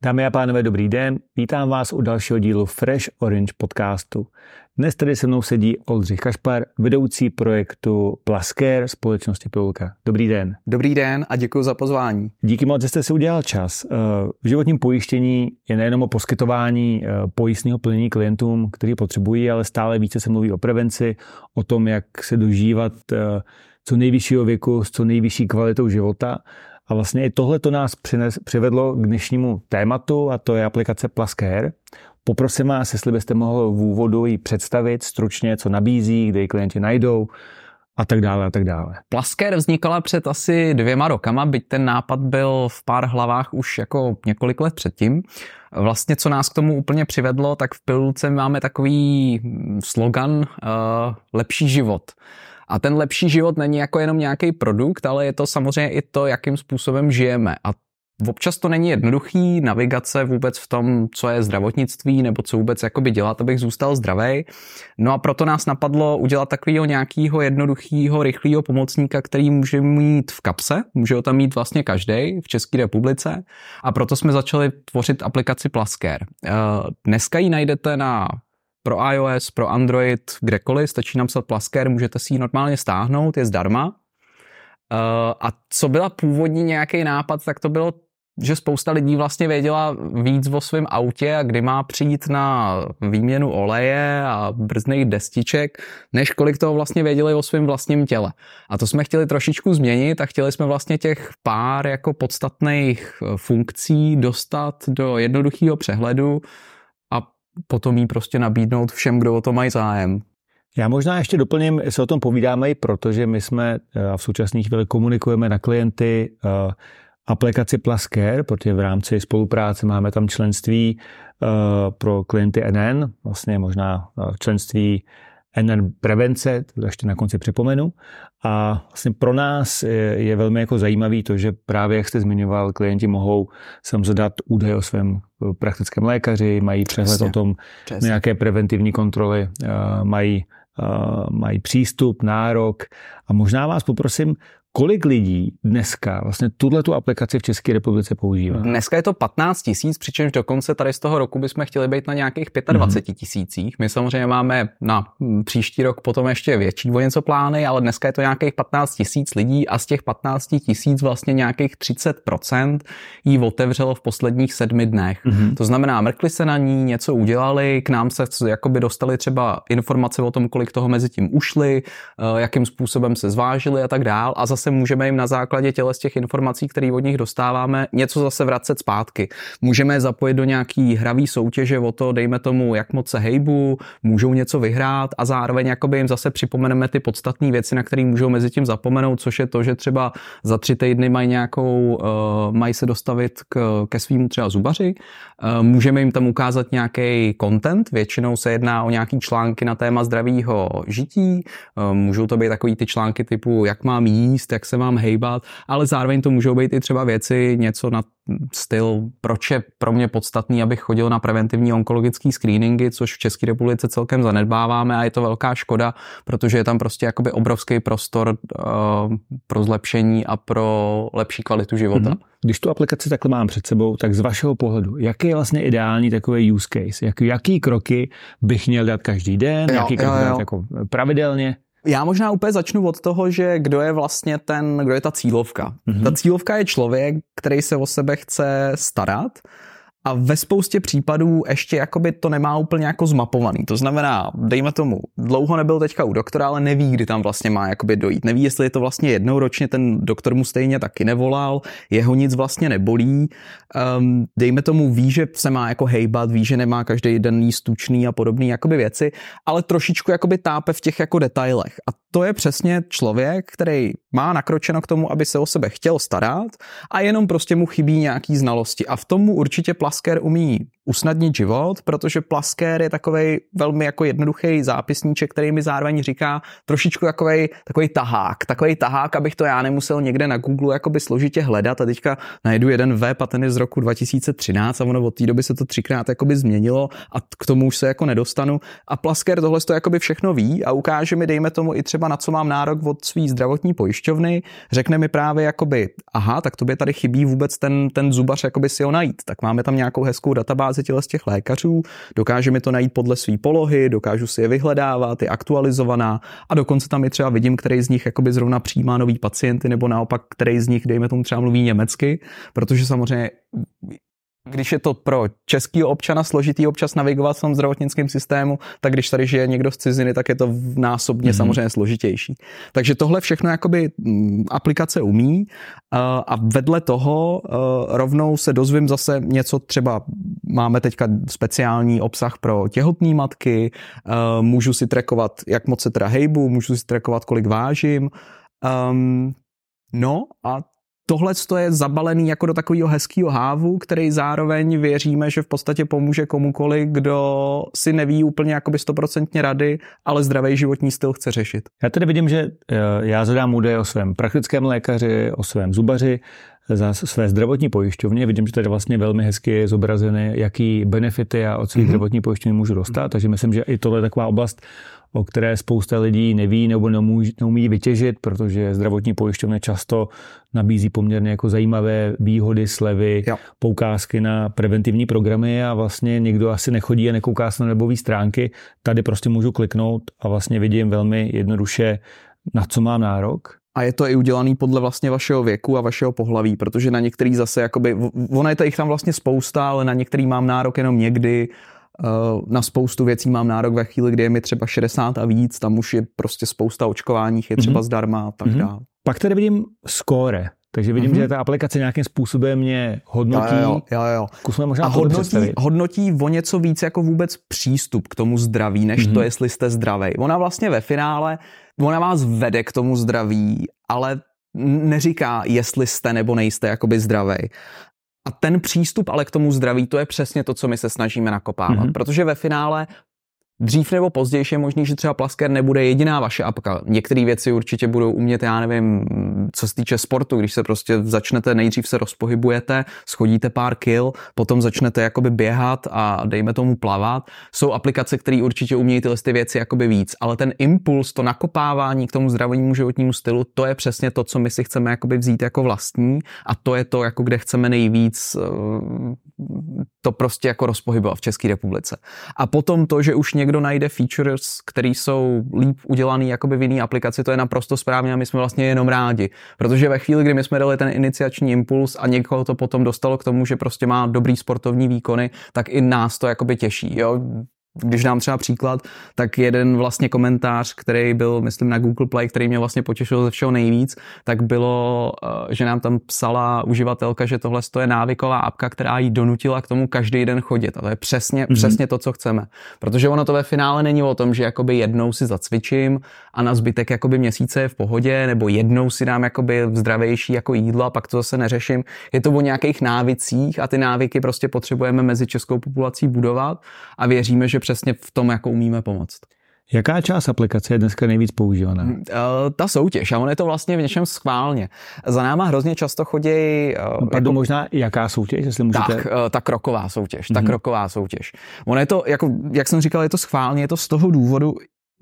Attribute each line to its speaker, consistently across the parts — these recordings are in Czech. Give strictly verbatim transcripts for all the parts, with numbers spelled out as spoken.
Speaker 1: Dámy a pánové, dobrý den. Vítám vás u dalšího dílu Fresh Orange podcastu. Dnes tady se mnou sedí Oldřich Kašpar, vedoucí projektu Plasker společnosti Pilulka. Dobrý den.
Speaker 2: Dobrý den a děkuji za pozvání.
Speaker 1: Díky moc, že jste si udělal čas. V životním pojištění je nejenom o poskytování pojistného plnění klientům, kteří potřebují, ale stále více se mluví o prevenci, o tom, jak se dožívat co nejvyššího věku s co nejvyšší kvalitou života. A vlastně i tohle to nás přines, přivedlo k dnešnímu tématu, a to je aplikace Plasker. Poprosím vás, jestli byste mohl v úvodu ji představit stručně, co nabízí, kde ji klienti najdou a tak dále a tak dále.
Speaker 2: Plasker vznikala před asi dvěma rokama, byť ten nápad byl v pár hlavách už jako několik let předtím. Vlastně, co nás k tomu úplně přivedlo, tak v Pilulce máme takový slogan uh, lepší život. A ten lepší život není jako jenom nějaký produkt, ale je to samozřejmě i to, jakým způsobem žijeme. A občas to není jednoduchý, navigace vůbec v tom, co je zdravotnictví, nebo co vůbec jakoby dělat, abych zůstal zdravej. No a proto nás napadlo udělat takového nějakého jednoduchého, rychlého pomocníka, který může mít v kapse, může ho tam mít vlastně každý v České republice. A proto jsme začali tvořit aplikaci Plasker. Dneska ji najdete na pro iOS, pro Android, kdekoliv, stačí napsat Plasker, můžete si ji normálně stáhnout, je zdarma. Uh, a co byla původní nějaký nápad, tak to bylo, že spousta lidí vlastně věděla víc o svém autě a kdy má přijít na výměnu oleje a brzdných destiček, než kolik toho vlastně věděli o svém vlastním těle. A to jsme chtěli trošičku změnit a chtěli jsme vlastně těch pár jako podstatných funkcí dostat do jednoduchého přehledu a potom jí prostě nabídnout všem, kdo o to mají zájem.
Speaker 1: Já možná ještě doplním, se o tom povídáme i proto, že my jsme v současné chvíli komunikujeme na klienty aplikaci Plasker, protože v rámci spolupráce máme tam členství pro klienty N N, vlastně možná členství N N prevence, to ještě na konci připomenu. A vlastně pro nás je velmi jako zajímavý to, že právě, jak jste zmiňoval, klienti mohou sem zadat údaje o svém praktickém lékaři, mají přehled Přesně. o tom, Přesně. nějaké preventivní kontroly, mají, mají přístup, nárok. A možná vás poprosím, kolik lidí dneska vlastně tuhletu aplikaci v České republice používá?
Speaker 2: Dneska je to patnáct tisíc, přičemž dokonce tady z toho roku bychom chtěli být na nějakých dvacet pět tisících. My samozřejmě máme na příští rok potom ještě větší o něco plány, ale dneska je to nějakých patnáct tisíc lidí a z těch patnáct tisíc vlastně nějakých třicet procent jí otevřelo v posledních sedmi dnech. Mm-hmm. To znamená, mrkli se na ní, něco udělali, k nám se jakoby dostali třeba informace o tom, kolik toho mezi tím ušli, jakým způsobem se zvážili a tak dál, a zase můžeme jim na základě těle z těch informací, které od nich dostáváme, něco zase vracet zpátky. Můžeme je zapojit do nějaký hravý soutěže o to, dejme tomu, jak moc se hejbu, můžou něco vyhrát a zároveň jakoby jim zase připomeneme ty podstatné věci, na které můžou mezi tím zapomenout, což je to, že třeba za tři týdny mají nějakou, uh, mají se dostavit k, ke svýmu třeba zubaři. Uh, můžeme jim tam ukázat nějaký content, většinou se jedná o nějaký články na téma zdravého žití, uh, můžou to být takový ty články typu, jak mám jíst, jak se mám hejbat, ale zároveň to můžou být i třeba věci, něco na styl, proč je pro mě podstatný, abych chodil na preventivní onkologické screeningy, což v České republice celkem zanedbáváme a je to velká škoda, protože je tam prostě jakoby obrovský prostor uh, pro zlepšení a pro lepší kvalitu života. Mm-hmm.
Speaker 1: Když tu aplikaci takhle mám před sebou, tak z vašeho pohledu, jaký je vlastně ideální takový use case? Jak, jaký kroky bych měl dát každý den?
Speaker 2: Jo,
Speaker 1: jaký kroky dát jako pravidelně?
Speaker 2: Já možná úplně začnu od toho, že kdo je vlastně ten, kdo je ta cílovka. Mm-hmm. Ta cílovka je člověk, který se o sebe chce starat a ve spoustě případů ještě jakoby to nemá úplně jako zmapovaný. To znamená, dejme tomu, dlouho nebyl teďka u doktora, ale neví, kdy tam vlastně má jakoby dojít. Neví, jestli je to vlastně jednou ročně, ten doktor mu stejně taky nevolal, jeho nic vlastně nebolí. Um, dejme tomu, ví, že se má jako hejbat, ví, že nemá každý den jíst tučný a podobný jakoby věci, ale trošičku jakoby tápe v těch jako detailech. A to je přesně člověk, který má nakročeno k tomu, aby se o sebe chtěl starat a jenom prostě mu chybí nějaký znalosti. A v tomu určitě Plasker umí usnadnit život, protože Plasker je takovej velmi jako jednoduchý zápisníček, který mi zároveň říká trošičku takovej, takovej tahák, takovej tahák, abych to já nemusel někde na Google jakoby složitě hledat a teďka najdu jeden web a ten je z roku dva tisíce třináct a ono od té doby se to třikrát jakoby změnilo a k tomu už se jako nedostanu a Plasker tohle to jakoby všechno ví a ukáže mi, dejme tomu i třeba na co mám nárok od svý zdravotní pojišťovny, řekne mi právě jakoby, aha, tak tobě tady chybí vůbec ten, ten zubař jakoby si ho najít, tak máme tam nějakou hezkou databázi z těch lékařů, dokáže mi to najít podle své polohy, dokážu si je vyhledávat, je aktualizovaná a dokonce tam i třeba vidím, který z nich jakoby zrovna přijímá nový pacienty nebo naopak, který z nich, dejme tomu třeba mluví německy, protože samozřejmě když je to pro českýho občana složitý občas navigovat v tom zdravotnickém systému, tak když tady žije někdo z ciziny, tak je to násobně mm-hmm. samozřejmě složitější. Takže tohle všechno jakoby aplikace umí a vedle toho rovnou se dozvím zase něco, třeba máme teďka speciální obsah pro těhotné matky, můžu si trackovat, jak moc se teda hejbu, můžu si trackovat, kolik vážím. Um, no a tohle je zabalený jako do takového hezkého hávu, který zároveň věříme, že v podstatě pomůže komukoli, kdo si neví úplně jakoby stoprocentně rady, ale zdravý životní styl chce řešit.
Speaker 1: Já tedy vidím, že já zadám údaje o svém praktickém lékaři, o svém zubaři, za své zdravotní pojišťovně. Vidím, že tady vlastně velmi hezky je zobrazené, jaký benefity já od svých mm-hmm. zdravotní pojišťovny můžu dostat, takže myslím, že i tohle je taková oblast, o které spousta lidí neví nebo neumí, neumí vytěžit, protože zdravotní pojišťovny často nabízí poměrně jako zajímavé výhody, slevy, jo. poukázky na preventivní programy a vlastně někdo asi nechodí a nekouká se na webové stránky. Tady prostě můžu kliknout a vlastně vidím velmi jednoduše, na co mám nárok.
Speaker 2: A je to i udělaný podle vlastně vašeho věku a vašeho pohlaví, protože na některý zase jakoby, ono je jich tam vlastně spousta, ale na některý mám nárok jenom někdy, na spoustu věcí mám nárok ve chvíli, kdy je mi třeba šedesát a víc, tam už je prostě spousta očkování, je třeba mm-hmm. zdarma a tak mm-hmm. dále.
Speaker 1: Pak tady vidím score, takže vidím, mm-hmm. že ta aplikace nějakým způsobem mě hodnotí.
Speaker 2: Jo, jo, jo.
Speaker 1: Zkusme možná
Speaker 2: a hodnotí, hodnotí o něco víc jako vůbec přístup k tomu zdraví, než mm-hmm. to, jestli jste zdravej. Ona vlastně ve finále, ona vás vede k tomu zdraví, ale neříká, jestli jste nebo nejste jakoby zdravej. A ten přístup ale k tomu zdraví, to je přesně to, co my se snažíme nakopávat. Mm-hmm. Protože ve finále dřív nebo později je možný, že třeba Plasker nebude jediná vaše apka. Některé věci určitě budou umět, já nevím, co se týče sportu, když se prostě začnete, nejdřív se rozpohybujete, schodíte pár kil, potom začnete jakoby běhat a dejme tomu plavat. Jsou aplikace, které určitě umějí tyhle ty věci jakoby víc, ale ten impuls, to nakopávání k tomu zdravému životnímu stylu, to je přesně to, co my si chceme jakoby vzít jako vlastní a to je to, jako kde chceme nejvíc to prostě jako rozpohybovat v České republice. A potom to, že už někdo najde features, které jsou líp udělaný jakoby v jiné aplikaci, to je naprosto správně a my jsme vlastně jenom rádi. Protože ve chvíli, kdy my jsme dali ten iniciační impuls a někoho to potom dostalo k tomu, že prostě má dobrý sportovní výkony, tak i nás to jakoby těší. Jo? Když dám třeba příklad, tak jeden vlastně komentář, který byl, myslím, na Google Play, který mě vlastně potěšil ze všeho nejvíc, tak bylo, že nám tam psala uživatelka, že tohle je návyková apka, která jí donutila k tomu každý den chodit. A to je přesně, mm-hmm. přesně to, co chceme. Protože ono to ve finále není o tom, že jakoby jednou si zacvičím a na zbytek jakoby měsíce je v pohodě, nebo jednou si dám jakoby zdravější jako jídlo a pak to zase neřeším. Je to o nějakých návicích a ty návyky prostě potřebujeme mezi českou populací budovat a věříme, že přesně v tom jako umíme pomoct.
Speaker 1: Jaká část aplikace je dneska nejvíc používaná?
Speaker 2: Uh, ta soutěž, a on je to vlastně v něčem schválně. Za náma hrozně často chodí... Uh,
Speaker 1: Pardon, jako... možná jaká soutěž, jestli můžete...
Speaker 2: Tak, uh, ta kroková soutěž, mm-hmm. ta kroková soutěž. Ono je to, jako, jak jsem říkal, je to schválně, je to z toho důvodu,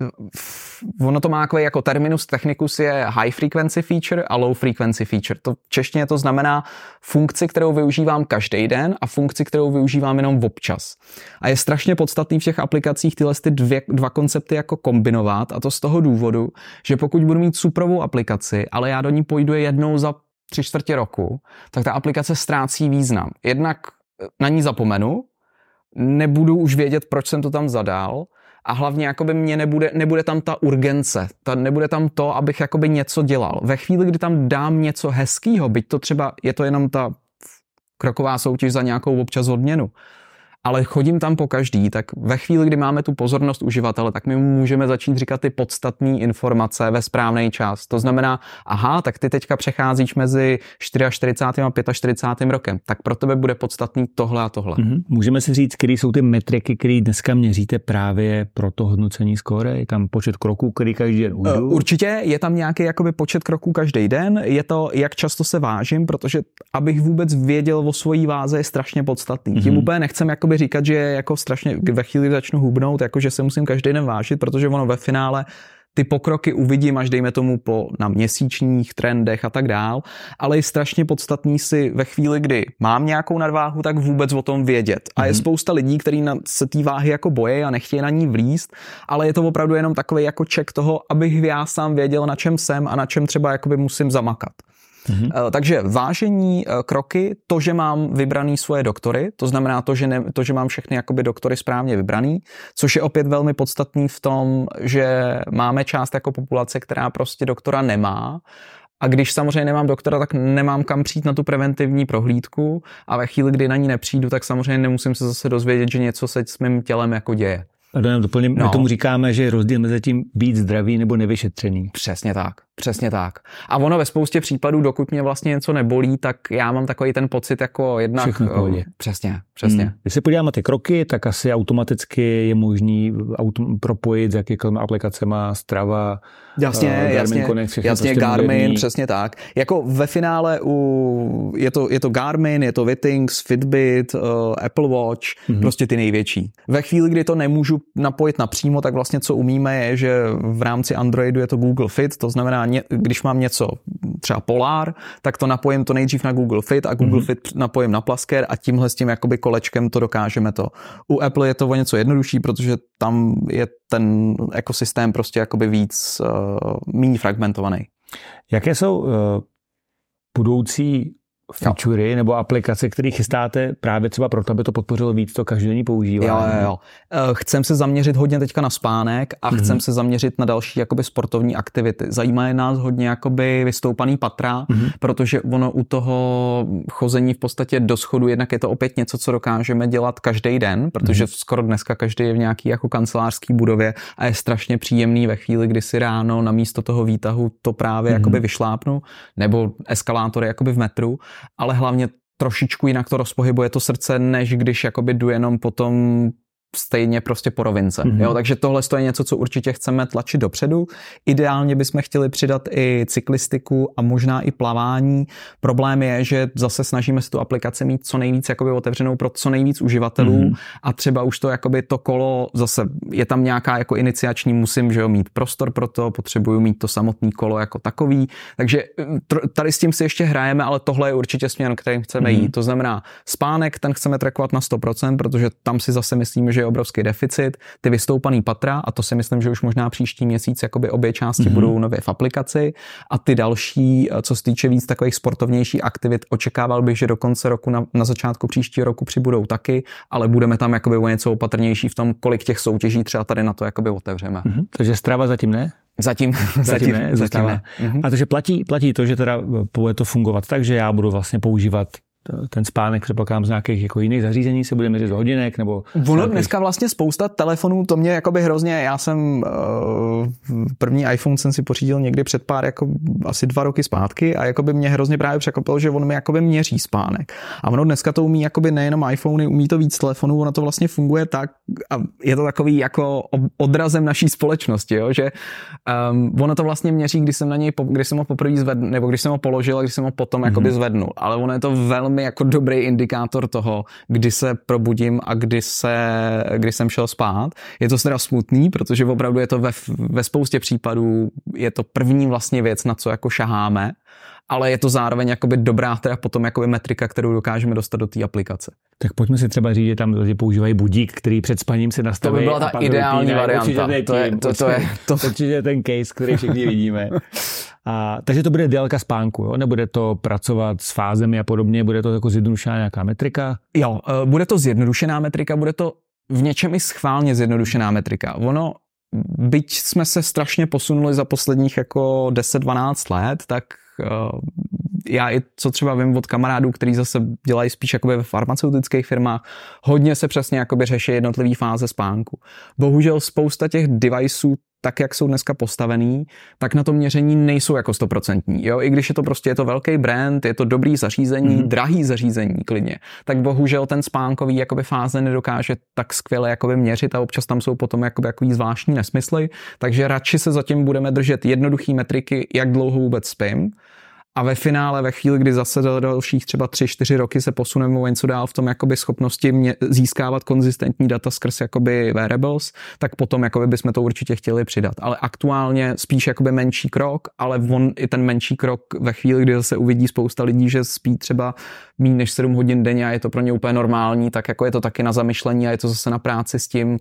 Speaker 2: ono to má jako terminus technicus je high frequency feature a low frequency feature. To v češtině to znamená funkci, kterou využívám každý den a funkci, kterou využívám jenom občas. A je strašně podstatný v těch aplikacích tyhle ty dvě, dva koncepty jako kombinovat a to z toho důvodu, že pokud budu mít suprovou aplikaci, ale já do ní půjdu jednou za tři čtvrtě roku, tak ta aplikace ztrácí význam. Jednak na ní zapomenu, nebudu už vědět, proč jsem to tam zadal, a hlavně jakoby mě nebude, nebude tam ta urgence, ta, nebude tam to, abych jakoby něco dělal. Ve chvíli, kdy tam dám něco hezkýho, byť to třeba je to jenom ta kroková soutěž za nějakou občas odměnu, ale chodím tam po každý, tak ve chvíli, kdy máme tu pozornost uživatele, tak my můžeme začít říkat ty podstatné informace ve správný čas. To znamená, aha, tak ty teďka přecházíš mezi čtyřicátým a čtyřicátým pátým rokem, tak pro tebe bude podstatný tohle a tohle.
Speaker 1: Mm-hmm. Můžeme si říct, které jsou ty metriky, které dneska měříte právě pro to hodnocení skóre? Je tam počet kroků, který každý den ujdu?
Speaker 2: Určitě je tam nějaký jakoby počet kroků každý den, je to, jak často se vážím, protože abych vůbec věděl o svojí váze je strašně podstatný. Mm-hmm. Tím úplně nechcem jakoby říkat, že je jako strašně ve chvíli začnu hubnout, jako že se musím každý den vážit, protože ono ve finále ty pokroky uvidím až dejme tomu po, na měsíčních trendech a tak dál, ale je strašně podstatný si ve chvíli, kdy mám nějakou nadváhu, tak vůbec o tom vědět. A je spousta lidí, kteří se té váhy jako bojí a nechtějí na ní vlízt, ale je to opravdu jenom takový jako check toho, abych já sám věděl, na čem jsem a na čem třeba jakoby musím zamakat. Mm-hmm. Takže vážení, kroky, to, že mám vybraný svoje doktory, to znamená to, že, ne, to, že mám všechny jakoby doktory správně vybraný, což je opět velmi podstatný v tom, že máme část jako populace, která prostě doktora nemá. A když samozřejmě nemám doktora, tak nemám kam přijít na tu preventivní prohlídku a ve chvíli, kdy na ní nepřijdu, tak samozřejmě nemusím se zase dozvědět, že něco se s mým tělem jako děje.
Speaker 1: A doplním, no. My tomu říkáme, že je rozdíl mezi tím být zdravý nebo nevyšetřený.
Speaker 2: Přesně tak, přesně tak. A ono ve spoustě případů, dokud mě vlastně něco nebolí, tak já mám takový ten pocit jako jednak...
Speaker 1: Všechno v pohodě.
Speaker 2: Přesně, přesně. Hmm.
Speaker 1: Když se podívám na ty kroky, tak asi automaticky je možný autom, propojit s jakýkoliv aplikacema, Strava,
Speaker 2: jasně,
Speaker 1: uh, Garmin
Speaker 2: jasně,
Speaker 1: Connect, všechno
Speaker 2: jasně,
Speaker 1: prostě
Speaker 2: Garmin,
Speaker 1: moderní.
Speaker 2: Přesně tak. Jako ve finále u, je, to, je to Garmin, je to Withings, Fitbit, uh, Apple Watch, hmm. prostě ty největší. Ve chvíli, kdy to nemůžu napojit napřímo, tak vlastně co umíme je, že v rámci Androidu je to Google Fit, to znamená, když mám něco třeba Polar, tak to napojím to nejdřív na Google Fit a Google mm-hmm. Fit napojím na Plasker a tímhle s tím jakoby kolečkem to dokážeme to. U Apple je to o něco jednodušší, protože tam je ten ekosystém prostě jakoby víc uh, méně fragmentovaný.
Speaker 1: Jaké jsou uh, budoucí featurey nebo aplikace, které chystáte právě třeba proto, aby to podpořilo víc to každodenní používání?
Speaker 2: Jo, jo, jo. Chcem se zaměřit hodně teďka na spánek a mm-hmm. chcem se zaměřit na další jakoby sportovní aktivity. Zajímá nás hodně jakoby vystoupaný patra, mm-hmm. protože ono u toho chození v podstatě do schodu jednak je to opět něco, co dokážeme dělat každý den, protože mm-hmm. skoro dneska každý je v nějaký jako kancelářský budově a je strašně příjemný ve chvíli, kdy si ráno na místo toho výtahu to právě mm-hmm. jakoby vyšlápnu, nebo eskalátory jakoby v metru, ale hlavně trošičku jinak to rozpohybuje to srdce, než když jakoby jdu jenom potom stejně prostě po rovince. Mm-hmm. Jo, takže tohle je něco, co určitě chceme tlačit dopředu. Ideálně bychom chtěli přidat i cyklistiku a možná i plavání. Problém je, že zase snažíme si tu aplikaci mít co nejvíc jakoby otevřenou pro co nejvíc uživatelů mm-hmm. a třeba už to jakoby to kolo, zase je tam nějaká jako iniciační, musím, že jo, mít prostor pro to, potřebuju mít to samotné kolo jako takový. Takže tady s tím si ještě hrajeme, ale tohle je určitě směr, kterým chceme mm-hmm. jít. To znamená spánek, ten chceme trackovat na sto procent, protože tam si zase myslíme, že je obrovský deficit, ty vystoupaný patra, a to si myslím, že už možná příští měsíc jakoby obě části mm-hmm. budou nově v aplikaci, a ty další, co se týče víc takových sportovnějších aktivit, očekával bych, že do konce roku, na, na začátku příštího roku přibudou taky, ale budeme tam jakoby o něco opatrnější v tom, kolik těch soutěží třeba tady na to jakoby otevřeme.
Speaker 1: Mm-hmm. Takže Strava zatím ne?
Speaker 2: Zatím, zatím,
Speaker 1: zatím ne,
Speaker 2: zatím ne.
Speaker 1: Mm-hmm. A takže platí, platí to, že teda bude to fungovat tak, že já budu vlastně používat ten spánek, předpokládám, z nějakých jako jiných zařízení, se bude měřit z hodinek, nebo...
Speaker 2: Ono nějakých... dneska vlastně spousta telefonů, to mě jakoby hrozně, já jsem uh, první iPhone jsem si pořídil někdy před pár, jako asi dva roky zpátky, a jakoby mě hrozně právě překvapilo, že on mi jakoby měří spánek. A ono dneska to umí jakoby nejenom iPhony, umí to víc telefonů, ono to vlastně funguje tak, a je to takový jako odrazem naší společnosti, jo, že um, ono to vlastně měří, když jsem na něj, když jsem ho poprvé zvedl, nebo když jsem ho položil, a když jsem ho potom mm-hmm. jakoby zvednul, ale ono je to velmi jako dobrý indikátor toho, kdy se probudím a kdy, se, kdy jsem šel spát. Je to teda smutný, protože opravdu je to ve, ve spoustě případů, je to první vlastně věc, na co jako šaháme, ale je to zároveň jakoby dobrá teda potom jakoby metrika, kterou dokážeme dostat do té aplikace.
Speaker 1: Tak pojďme si třeba říct, že tam lidi používají budík, který před spaním si nastaví.
Speaker 2: To by byla ta ideální varianta.
Speaker 1: To je, to, to je, to... Určitě ten case, který všichni vidíme. A, takže to bude délka spánku, jo? Nebude to pracovat s fázemi a podobně, bude to jako zjednodušená nějaká metrika?
Speaker 2: Jo, bude to zjednodušená metrika, bude to v něčem i schválně zjednodušená metrika. Ono, byť jsme se strašně posunuli za posledních jako deset dvanáct let, tak já i co třeba vím od kamarádů, kteří zase dělají spíš jakoby ve farmaceutických firmách, hodně se přesně jakoby řeší jednotlivý fáze spánku. Bohužel spousta těch deviceů, tak jak jsou dneska postavený, tak na to měření nejsou jako stoprocentní. Jo? I když je to prostě je to velký brand, je to dobrý zařízení, mm-hmm. drahý zařízení klidně, tak bohužel ten spánkový jakoby fáze nedokáže tak skvěle jakoby měřit a občas tam jsou potom jakoby jakoby zvláštní nesmysly, takže radši se zatím budeme držet jednoduchý metriky, jak dlouho vůbec spím. A ve finále, ve chvíli, kdy zase do dalších třeba tři čtyři roky se posuneme o něco dál v tom jakoby schopnosti mě, získávat konzistentní data skrz jakoby wearables, tak potom jakoby bychom to určitě chtěli přidat. Ale aktuálně spíš jakoby menší krok, ale on i ten menší krok ve chvíli, kdy zase uvidí spousta lidí, že spí třeba méně než sedm hodin denně a je to pro ně úplně normální, tak jako je to taky na zamyšlení a je to zase na práci s tím,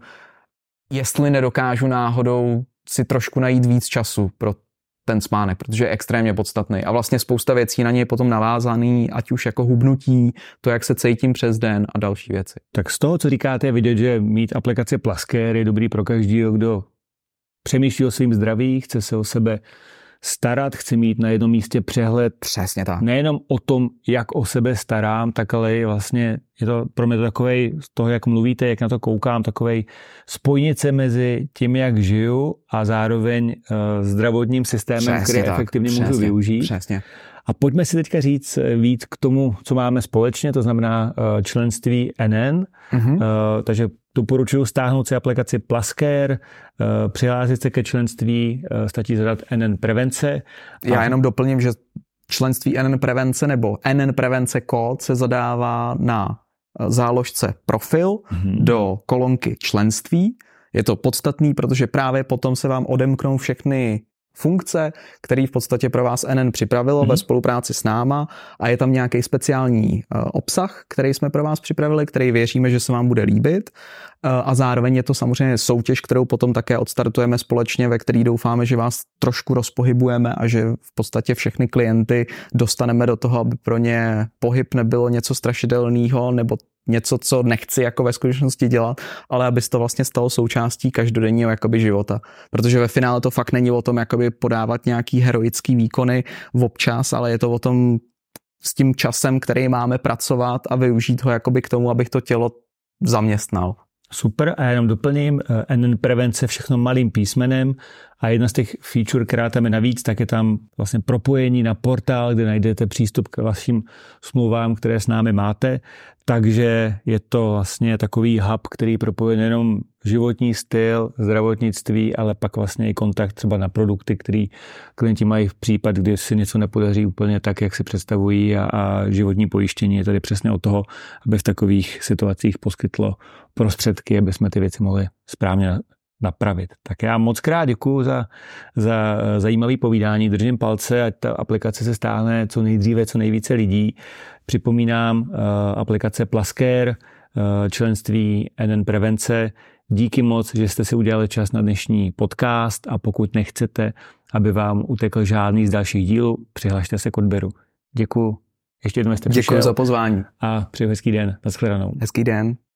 Speaker 2: jestli nedokážu náhodou si trošku najít víc času pro ten spánek, protože je extrémně podstatný a vlastně spousta věcí na něj je potom navázaný, ať už jako hubnutí, to, jak se cítím přes den a další věci.
Speaker 1: Tak z toho, co říkáte, je vidět, že mít aplikaci Plasker je dobrý pro každého, kdo přemýšlí o svým zdraví, chce se o sebe starat, chce mít na jednom místě přehled.
Speaker 2: Přesně tak.
Speaker 1: Nejenom o tom, jak o sebe starám, tak ale vlastně je to pro mě to takovej, z toho, jak mluvíte, jak na to koukám, takovej spojnice mezi tím, jak žiju a zároveň uh, zdravotním systémem, přesně který tak, efektivně přesně, můžu využít.
Speaker 2: Přesně.
Speaker 1: A pojďme si teďka říct víc k tomu, co máme společně, to znamená uh, členství N N. Mm-hmm. Uh, takže doporučuji stáhnout si aplikaci Plasker, uh, přihlásit se ke členství, uh, stačí zadat N N Prevence.
Speaker 2: Já jenom doplním, že členství N N Prevence nebo N N Prevence kód se zadává na záložce profil mm-hmm. do kolonky členství. Je to podstatný, protože právě potom se vám odemknou všechny funkce, který v podstatě pro vás N N připravilo mm-hmm. ve spolupráci s náma a je tam nějaký speciální uh, obsah, který jsme pro vás připravili, který věříme, že se vám bude líbit uh, a zároveň je to samozřejmě soutěž, kterou potom také odstartujeme společně, ve který doufáme, že vás trošku rozpohybujeme a že v podstatě všechny klienty dostaneme do toho, aby pro ně pohyb nebylo něco strašidelného nebo něco, co nechci jako ve skutečnosti dělat, ale aby se to vlastně stalo součástí každodenního jakoby života. Protože ve finále to fakt není o tom jakoby podávat nějaký heroický výkony občas, ale je to o tom s tím časem, který máme pracovat a využít ho jakoby k tomu, abych to tělo zaměstnal.
Speaker 1: Super, a já jenom doplním, N N Prevence všechno malým písmenem a jedna z těch feature, která tam je navíc, tak je tam vlastně propojení na portál, kde najdete přístup k vašim smlouvám, které s námi máte, takže je to vlastně takový hub, který propojuje nejenom životní styl, zdravotnictví, ale pak vlastně i kontakt třeba na produkty, který klienti mají v případ, kdy si něco nepodaří úplně tak, jak si představují a, a životní pojištění je tady přesně od toho, aby v takových situacích poskytlo prostředky, aby jsme ty věci mohli správně napravit. Tak já moc krát děkuju za, za zajímavé povídání, držím palce, ať ta aplikace se stáhne co nejdříve, co nejvíce lidí. Připomínám uh, aplikace Plasker, uh, členství N N Prevence. Díky moc, že jste si udělali čas na dnešní podcast a pokud nechcete, aby vám utekl žádný z dalších dílů, přihlašte se k odběru. Děkuju. Ještě jednou jste přišel.
Speaker 2: Děkuji za pozvání.
Speaker 1: A přeji hezký den. Nashledanou.
Speaker 2: Hezký den.